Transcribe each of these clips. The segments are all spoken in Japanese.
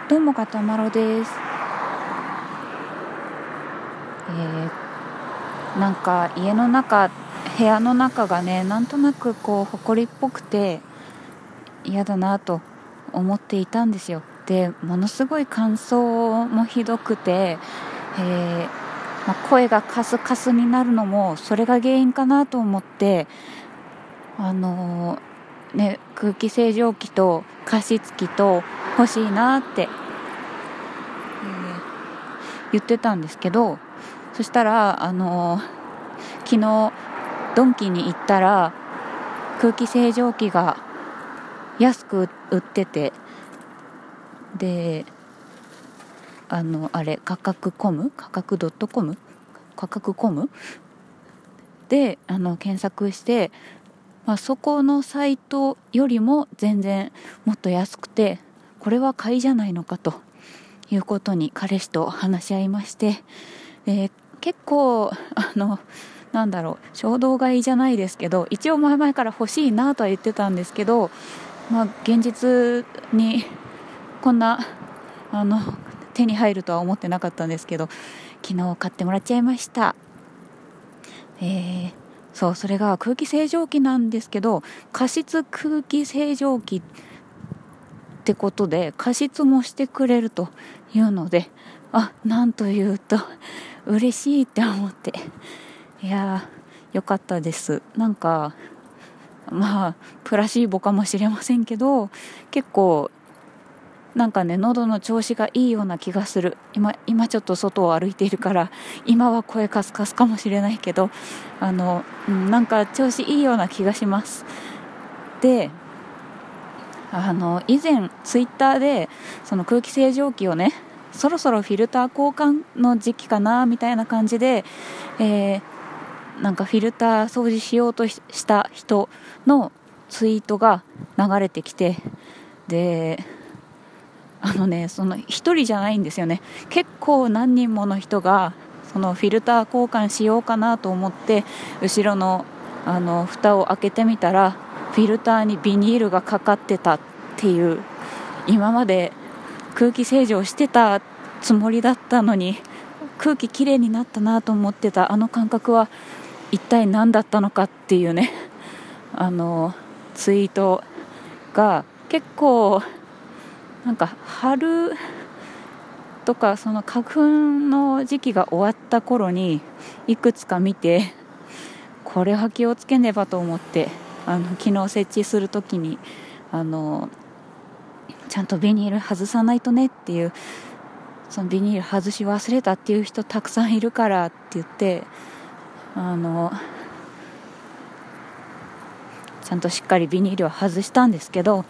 どうもかたまろです。なんか家の中、部屋の中がね、なんとなくこう埃っぽくて嫌だなと思っていたんですよ。で、ものすごい乾燥もひどくて、声がカスカスになるのもそれが原因かなと思って、空気清浄機と加湿器と欲しいなって、言ってたんですけど、そしたら昨日ドンキに行ったら空気清浄機が安く売ってて、で価格コムで検索して、そこのサイトよりも全然もっと安くて、これは買いじゃないのかということに彼氏と話し合いまして、結構衝動買いじゃないですけど、一応前々から欲しいなとは言ってたんですけど、現実にこんな手に入るとは思ってなかったんですけど、昨日買ってもらっちゃいました。それが空気清浄機なんですけど、加湿空気清浄機ってことで加湿もしてくれるというので、なんというと嬉しいって思って、いやーよかったです。なんかプラシーボかもしれませんけど、結構なんかね、喉の調子がいいような気がする。今ちょっと外を歩いているから今は声カスカスかもしれないけど、なんか調子いいような気がします。で、以前ツイッターでその空気清浄機をね、そろそろフィルター交換の時期かなみたいな感じで、なんかフィルター掃除しようとした人のツイートが流れてきて、でその一人じゃないんですよね。結構何人もの人がそのフィルター交換しようかなと思って後ろの蓋を開けてみたら、フィルターにビニールがかかってたっていう、今まで空気清浄してたつもりだったのに空気きれいになったなと思ってた感覚は一体何だったのかっていうね、ツイートが結構なんか春とかその花粉の時期が終わった頃にいくつか見て、これは気をつけねばと思って、昨日設置するときにちゃんとビニール外さないとねっていう、そのビニール外し忘れたっていう人たくさんいるからって言って、ちゃんとしっかりビニールを外したんですけど、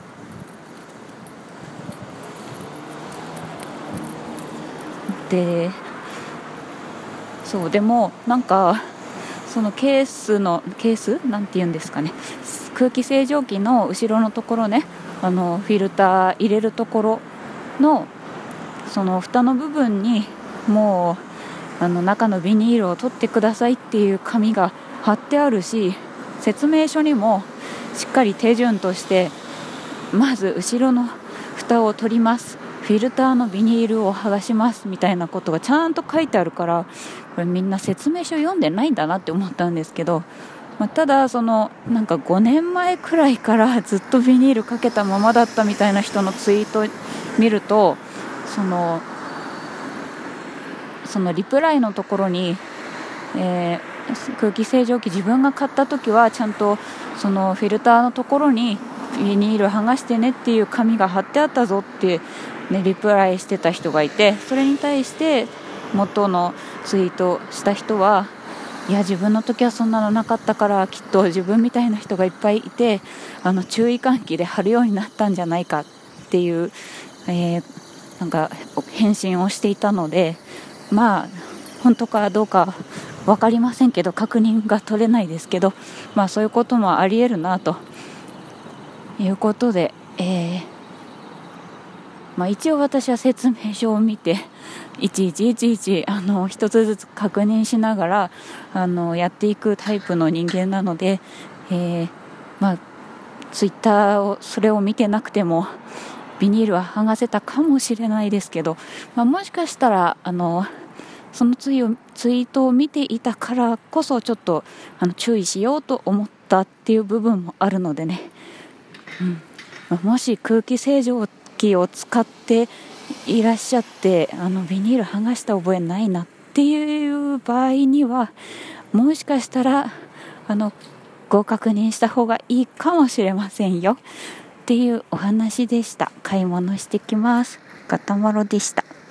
でもなんかそのケースなんて言うんですかね、空気清浄機の後ろのところね、フィルター入れるところのその蓋の部分にもう中のビニールを取ってくださいっていう紙が貼ってあるし、説明書にもしっかり手順として、まず後ろの蓋を取ります、フィルターのビニールを剥がしますみたいなことがちゃんと書いてあるから、これみんな説明書読んでないんだなって思ったんですけど、ただなんか5年前くらいからずっとビニールかけたままだったみたいな人のツイート見ると、そのリプライのところに、空気清浄機自分が買った時はちゃんとそのフィルターのところにビニール剥がしてねっていう紙が貼ってあったぞってリプライしてた人がいて、それに対して元のツイートした人は、いや自分の時はそんなのなかったから、きっと自分みたいな人がいっぱいいて注意喚起で貼るようになったんじゃないかっていう、なんか返信をしていたので、本当かどうか分かりませんけど、確認が取れないですけど、そういうこともありえるなということで、一応私は説明書を見ていちいち一つずつ確認しながらやっていくタイプの人間なので、ツイッターをそれを見てなくてもビニールは剥がせたかもしれないですけど、もしかしたらそのツイートを見ていたからこそちょっと注意しようと思ったっていう部分もあるのでね、もし空気清浄機を使っていらっしゃってビニール剥がした覚えないなっていう場合には、もしかしたらご確認した方がいいかもしれませんよっていうお話でした。買い物してきます。ガタマロでした。